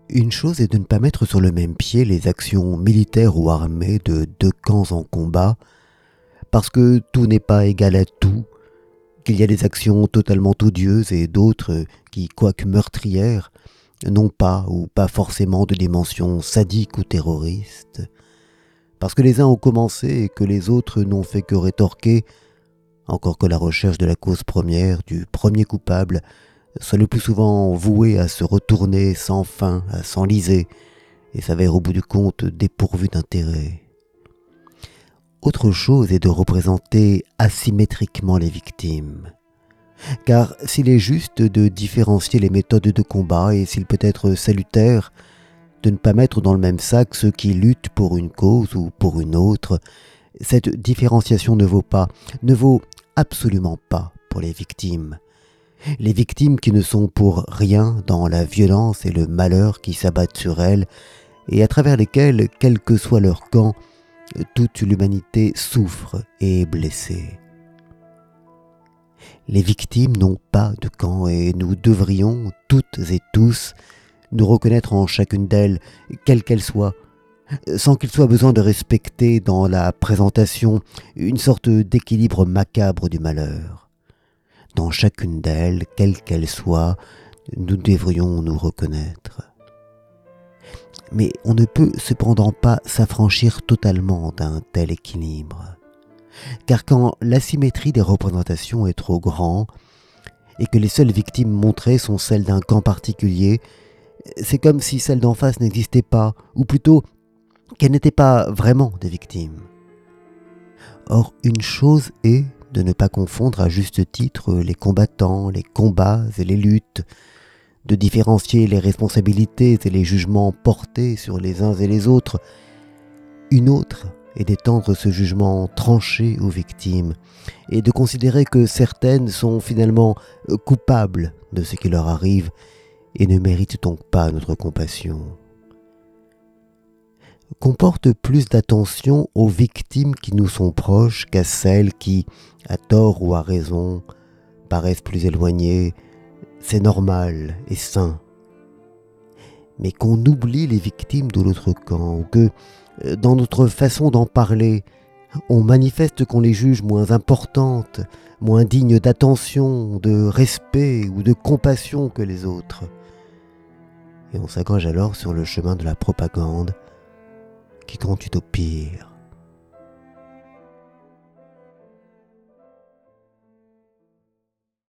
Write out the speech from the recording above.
Une chose est de ne pas mettre sur le même pied les actions militaires ou armées de deux camps en combat, parce que tout n'est pas égal à tout, qu'il y a des actions totalement odieuses et d'autres qui, quoique meurtrières, n'ont pas ou pas forcément de dimension sadique ou terroriste, parce que les uns ont commencé et que les autres n'ont fait que rétorquer, encore que la recherche de la cause première, du premier coupable, soit le plus souvent vouée à se retourner sans fin, à s'enliser, et s'avère au bout du compte dépourvue d'intérêt. Autre chose est de représenter asymétriquement les victimes. Car s'il est juste de différencier les méthodes de combat et s'il peut être salutaire de ne pas mettre dans le même sac ceux qui luttent pour une cause ou pour une autre, cette différenciation ne vaut absolument pas pour les victimes. Les victimes qui ne sont pour rien dans la violence et le malheur qui s'abattent sur elles et à travers lesquels, quel que soit leur camp, toute l'humanité souffre et est blessée. Les victimes n'ont pas de camp et nous devrions, toutes et tous, nous reconnaître en chacune d'elles, quelle qu'elle soit, sans qu'il soit besoin de respecter dans la présentation une sorte d'équilibre macabre du malheur. Dans chacune d'elles, quelle qu'elle soit, nous devrions nous reconnaître. Mais on ne peut cependant pas s'affranchir totalement d'un tel équilibre. Car quand l'asymétrie des représentations est trop grande, et que les seules victimes montrées sont celles d'un camp particulier, c'est comme si celles d'en face n'existaient pas, ou plutôt qu'elles n'étaient pas vraiment des victimes. Or, une chose est de ne pas confondre à juste titre les combattants, les combats et les luttes, de différencier les responsabilités et les jugements portés sur les uns et les autres. Une autre est d'étendre ce jugement tranché aux victimes et de considérer que certaines sont finalement coupables de ce qui leur arrive et ne méritent donc pas notre compassion. Qu'on porte plus d'attention aux victimes qui nous sont proches qu'à celles qui, à tort ou à raison, paraissent plus éloignées, c'est normal et sain. Mais qu'on oublie les victimes de l'autre camp, ou que, dans notre façon d'en parler, on manifeste qu'on les juge moins importantes, moins dignes d'attention, de respect ou de compassion que les autres. Et on s'engage alors sur le chemin de la propagande qui conduit au pire.